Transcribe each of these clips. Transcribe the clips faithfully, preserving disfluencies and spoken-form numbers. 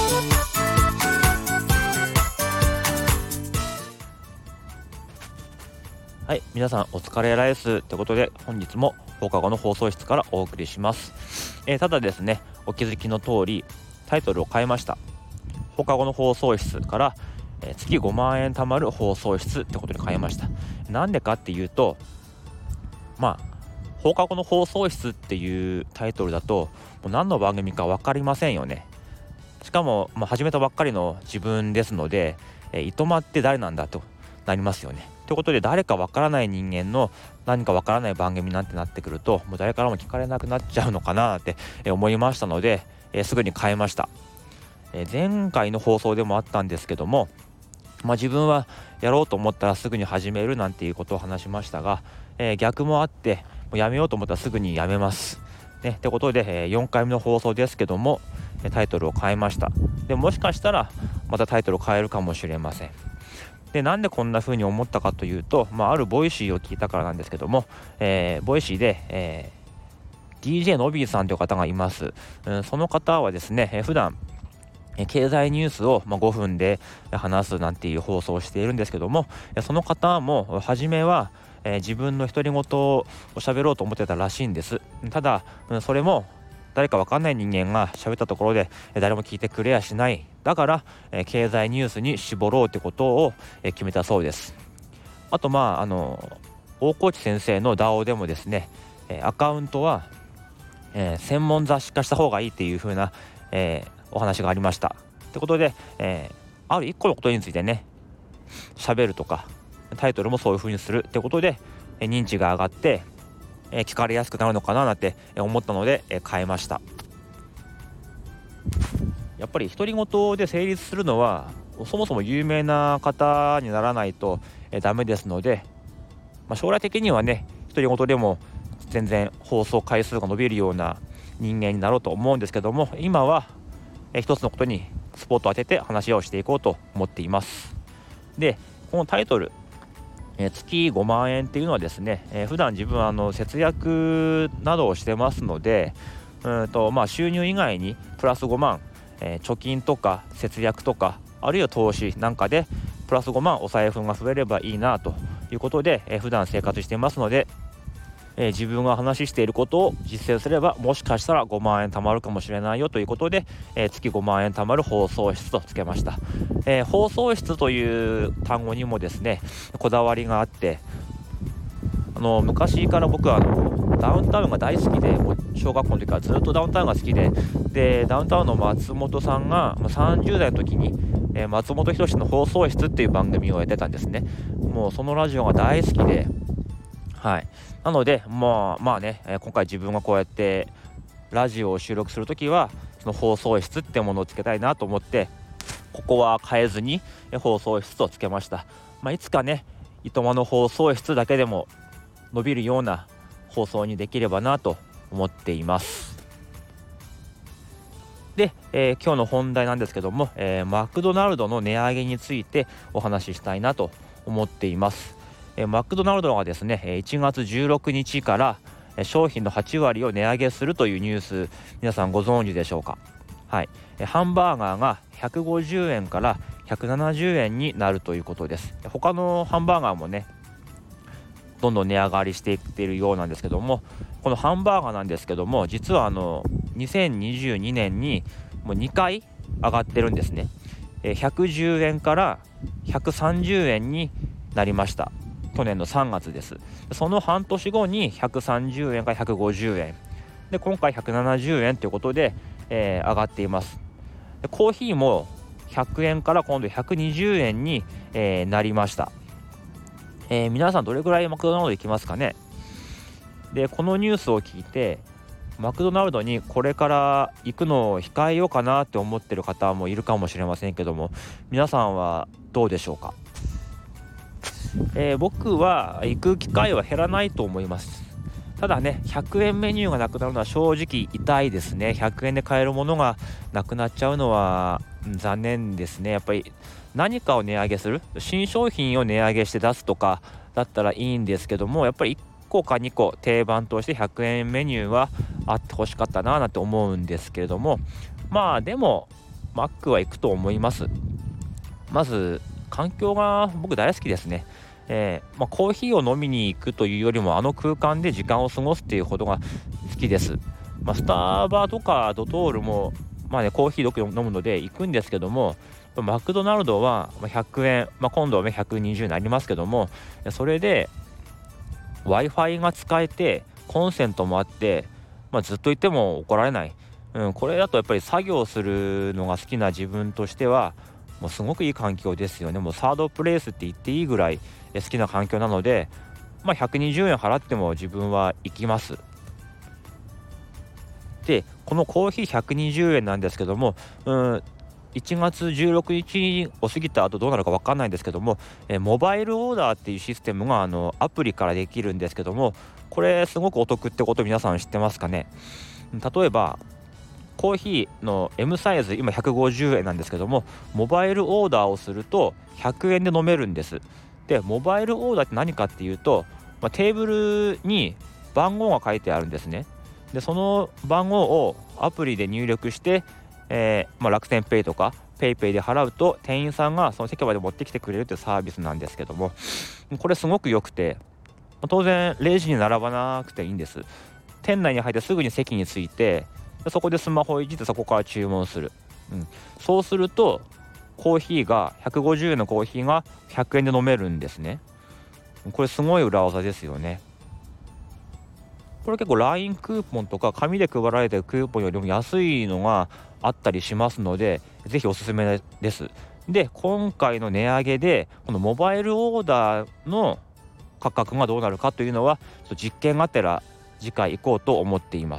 はい、皆さんお疲れライスということで、本日も放課後の放送室からお送りします。えー、ただですね、お気づきの通りタイトルを変えました。放課後の放送室から、えー、月ごまんえん貯まる放送室ってことに変えました。なんでかっていうと、まあ放課後の放送室っていうタイトルだともう何の番組か分かりませんよね。しかも、まあ、始めたばっかりの自分ですので、えー、いとまって誰なんだとなりますよね。ということで、誰かわからない人間の何かわからない番組なんてなってくると、もう誰からも聞かれなくなっちゃうのかなって思いましたので、えー、すぐに変えました。えー、前回の放送でもあったんですけども、まあ、自分はやろうと思ったらすぐに始めるなんていうことを話しましたが、えー、逆もあって、もうやめようと思ったらすぐにやめます。ね、ってことで、えー、よんかいめの放送ですけども、タイトルを変えました。でもしかしたらまたタイトルを変えるかもしれません。で、なんでこんな風に思ったかというと、まあ、あるボイシーを聞いたからなんですけども、えー、ボイシーで、えー、ディージェー のびーさんという方がいます。うん、その方はですね、えー、普段経済ニュースをまあごふんで話すなんていう放送をしているんですけども、その方も初めは、えー、自分の独り言を喋ろうと思ってたらしいんです。ただ、うん、それも誰か分かんない人間が喋ったところで誰も聞いてくれやしない。だから、えー、経済ニュースに絞ろうってことを、えー、決めたそうです。あと、まああの大河内先生の ダオ でもですね、えー、アカウントは、えー、専門雑誌化した方がいいっていう風な、えー、お話がありました。ってことで、えー、ある一個のことについてね喋るとか、タイトルもそういう風にするってことで、えー、認知が上がってえー、聞かれやすくなるのかななんて思ったので、えー、変えました。やっぱり独り言で成立するのはそもそも有名な方にならないと、えー、ダメですので、まあ、将来的にはね独り言でも全然放送回数が伸びるような人間になろうと思うんですけども、今は、えー、一つのことにスポットを当てて話をしていこうと思っています。で、このタイトルえー、月ごまんえんっていうのはですね、えー、普段自分はあの節約などをしてますので、うんとまあ、収入以外にプラスごまん、えー、貯金とか節約とかあるいは投資なんかでプラスごまんお財布が増えればいいなということで、えー、普段生活していますので、えー、自分が話していることを実践すればもしかしたらごまんえん貯まるかもしれないよということで、えー、月ごまんえん貯まる放送室とつけました。えー、放送室という単語にもですねこだわりがあって、あの昔から僕はあのダウンタウンが大好きで、もう小学校の時からずっとダウンタウンが好きで、でダウンタウンの松本さんがさんじゅう代の時に、えー、松本人志の放送室っていう番組をやってたんですね。もうそのラジオが大好きで、はい、なのでまあまあね、えー、今回自分がこうやってラジオを収録するときはその放送室ってものをつけたいなと思って、ここは変えずに放送室とつけました。まあ、いつかねいとまの放送室だけでも伸びるような放送にできればなと思っています。で、えー、今日の本題なんですけども、えー、マクドナルドの値上げについてお話ししたいなと思っています。えー、マクドナルドがですねいちがつじゅうろくにちから商品のはちわりを値上げするというニュース、皆さんご存知でしょうか。はい、ハンバーガーがひゃくごじゅうえんからひゃくななじゅうえんになるということです。他のハンバーガーもねどんどん値上がりしていっているようなんですけども、このハンバーガーなんですけども、実はあのにせんにじゅうにねんにもうにかい上がってるんですね。ひゃくじゅうえんからひゃくさんじゅうえんになりました。去年のさんがつです。その半年後にひゃくさんじゅうえんからひゃくごじゅうえんで、今回ひゃくななじゅうえんということで、えー、上がっています。でコーヒーもひゃくえんから今度ひゃくにじゅうえんに、えー、なりました。えー、皆さんどれぐらいマクドナルド行きますかね。でこのニュースを聞いてマクドナルドにこれから行くのを控えようかなって思ってる方もいるかもしれませんけども、皆さんはどうでしょうか。えー、僕は行く機会は減らないと思います。ただね、ひゃくえんメニューがなくなるのは正直痛いですね。ひゃくえんで買えるものがなくなっちゃうのは残念ですね。やっぱり何かを値上げする、新商品を値上げして出すとかだったらいいんですけども、やっぱりいっこかにこ定番としてひゃくえんメニューはあってほしかったななんて思うんですけれども、まあでもマックは行くと思います。まず環境が僕大好きですね。えーまあ、コーヒーを飲みに行くというよりもあの空間で時間を過ごすっていうことが好きです。まあ、スターバとかドトールも、まあね、コーヒーよく飲むので行くんですけども、マクドナルドはひゃくえん、まあ、今度はひゃくにじゅうえんになりますけども、それで Wi-Fi が使えてコンセントもあって、まあ、ずっといても怒られない、うん、これだとやっぱり作業するのが好きな自分としてはもうすごくいい環境ですよね。もうサードプレイスって言っていいぐらい好きな環境なので、まあ、ひゃくにじゅうえん払っても自分は行きます。でこのコーヒーひゃくにじゅうえんなんですけども、うんいちがつじゅうろくにちを過ぎた後どうなるか分かんないんですけども、えモバイルオーダーっていうシステムがあのアプリからできるんですけども、これすごくお得ってこと皆さん知ってますかね。例えばコーヒーの エム サイズ今ひゃくごじゅうえんなんですけども、モバイルオーダーをするとひゃくえんで飲めるんです。でモバイルオーダーって何かっていうと、まあ、テーブルに番号が書いてあるんですね。でその番号をアプリで入力して、えーまあ、楽天ペイとかペイペイで払うと店員さんがその席まで持ってきてくれるというサービスなんですけども、これすごく良くて、当然レジに並ばなくていいんです。店内に入ってすぐに席に着いて、そこでスマホをいじってそこから注文する、うん、そうするとコーヒーがひゃくごじゅうえんのコーヒーがひゃくえんで飲めるんですね。これすごい裏技ですよね。これ結構 ライン クーポンとか紙で配られてるクーポンよりも安いのがあったりしますので、ぜひおすすめです。で今回の値上げでこのモバイルオーダーの価格がどうなるかというのは実験がてら次回行こうと思っています。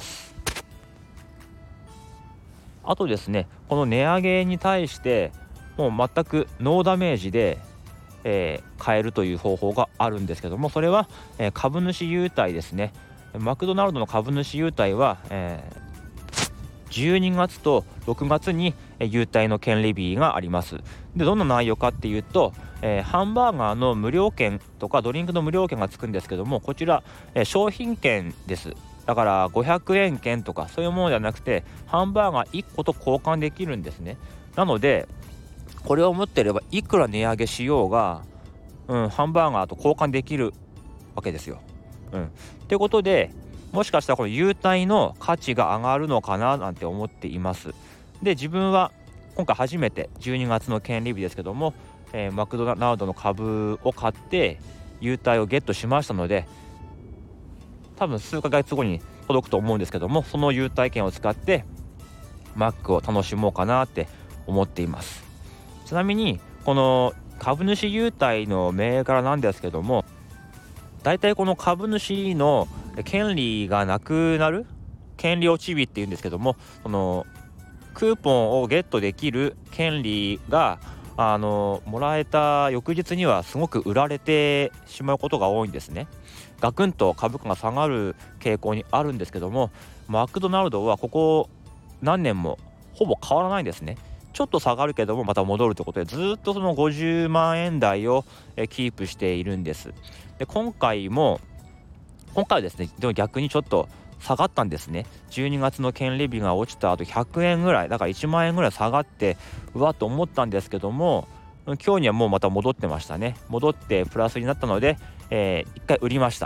あとですね、この値上げに対してもう全くノーダメージで、えー、買えるという方法があるんですけども、それは、えー、株主優待ですね。マクドナルドの株主優待は、えー、じゅうにがつとろくがつに優待の権利日があります。でどんな内容かっていうと、えー、ハンバーガーの無料券とかドリンクの無料券がつくんですけども、こちら、えー、商品券です。だからごひゃくえん券とかそういうものではなくて、ハンバーガーいっこと交換できるんですね。なのでこれを持っていればいくら値上げしようが、うん、ハンバーガーと交換できるわけですよ。うん、ということでもしかしたらこの優待の価値が上がるのかななんて思っています。で自分は今回初めてじゅうにがつの権利日ですけども、えー、マクドナルドの株を買って優待をゲットしましたので、多分数ヶ月後に届くと思うんですけども、その優待券を使ってマックを楽しもうかなって思っています。ちなみにこの株主優待の銘柄なんですけども、だいたいこの株主の権利がなくなる権利落ち日っていうんですけども、そのクーポンをゲットできる権利があのもらえた翌日にはすごく売られてしまうことが多いんですね。ガクンと株価が下がる傾向にあるんですけども、マクドナルドはここ何年もほぼ変わらないんですね。ちょっと下がるけどもまた戻るということで、ずっとそのごじゅうまんえん台をキープしているんです。で今回も今回はですね、でも逆にちょっと下がったんですね。じゅうにがつの権利日が落ちた後ひゃくえんぐらい、だからいちまんえんぐらい下がって、うわっと思ったんですけども、今日にはもうまた戻ってましたね。戻ってプラスになったので、えー、いっかい売りました。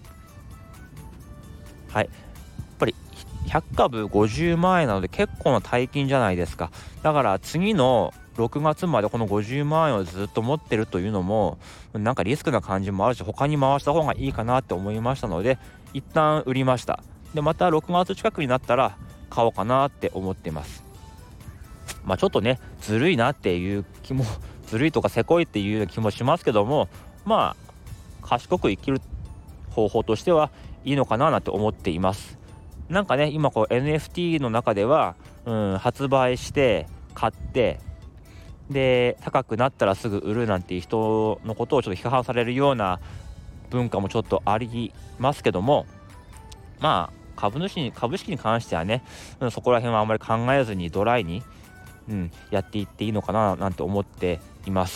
はい、やっぱりひゃっかぶごじゅうまんえんなので結構な大金じゃないですか。だから次のろくがつまでこのごじゅうまんえんをずっと持ってるというのもなんかリスクな感じもあるし、他に回した方がいいかなって思いましたので一旦売りました。でまたろくがつ近くになったら買おうかなって思っています。まあちょっとねずるいなっていう気もずるいとかせこいっていう気もしますけども、まあ賢く生きる方法としてはいいのかななんて思っています。なんかね今こう エヌエフティー の中では、うん、発売して買ってで高くなったらすぐ売るなんていう人のことをちょっと批判されるような文化もちょっとありますけども、まあ株主に株式に関してはね、うん、そこら辺はあんまり考えずにドライに、うん、やっていっていいのかななんて思っています。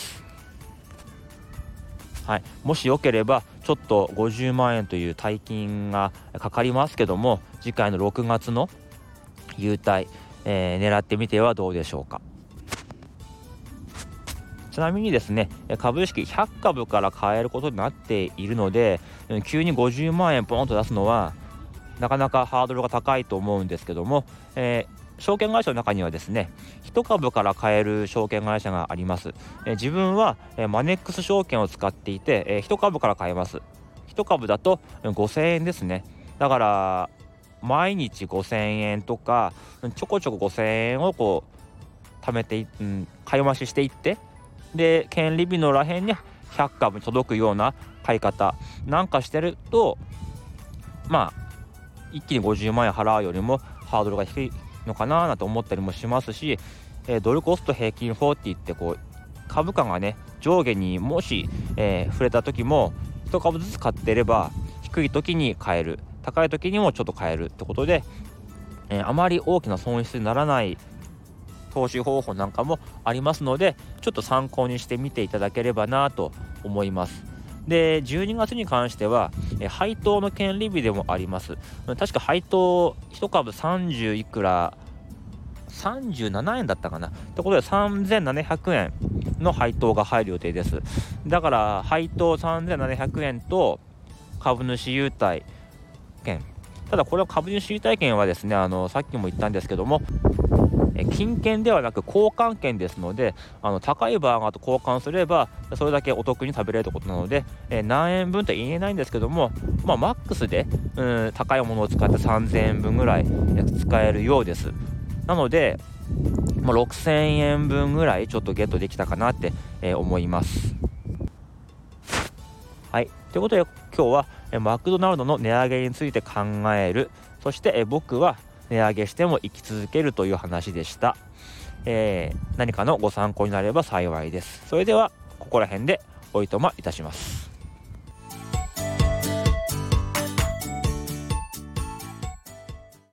はい、もしよければちょっとごじゅうまんえんという大金がかかりますけども、次回のろくがつの優待、えー、狙ってみてはどうでしょうか。 ちなみにですね、株式ひゃっかぶから買えることになっているので、急にごじゅうまんえんポンと出すのはなかなかハードルが高いと思うんですけども、えー、証券会社の中にはですね、いちかぶから買える証券会社があります。えー、自分は、えー、マネックス証券を使っていて、えー、いちかぶから買えます。いちかぶだとごせんえんですね。だから毎日ごせんえんとかちょこちょこごせんえんをこう貯めてい、うん、買い増ししていって、で権利日のらへんにひゃっかぶに届くような買い方なんかしてると、まあ一気にごじゅうまんえん払うよりもハードルが低いのかななんて思ったりもしますし、えー、ドルコスト平均法っていってこう株価がね上下にもし、えー、触れた時もいちかぶずつ買っていれば低い時に買える、高い時にもちょっと買えるってことで、えー、あまり大きな損失にならない投資方法なんかもありますので、ちょっと参考にしてみていただければなと思います。でじゅうにがつに関してはえ配当の権利日でもあります。確か配当いちかぶさんじゅういくらさんじゅうななえんだったかなってことでさんぜんななひゃくえんの配当が入る予定です。だから配当さんぜんななひゃくえんと株主優待券、ただこれは株主優待券はですね、あのさっきも言ったんですけども、え金券ではなく交換券ですので、あの高いバーガーと交換すればそれだけお得に食べれるということなので、え何円分とは言えないんですけども、まあ、マックスでうん高いものを使ってさんぜんえんぶんぐらい使えるようです。なので、まあ、ろくせんえんぶんぐらいちょっとゲットできたかなって、えー、思います。はい、ということで今日はえマクドナルドの値上げについて考える、そしてえ僕は値上げしても生き続けるという話でした。えー、何かのご参考になれば幸いです。それではここら辺でおいとまいたします。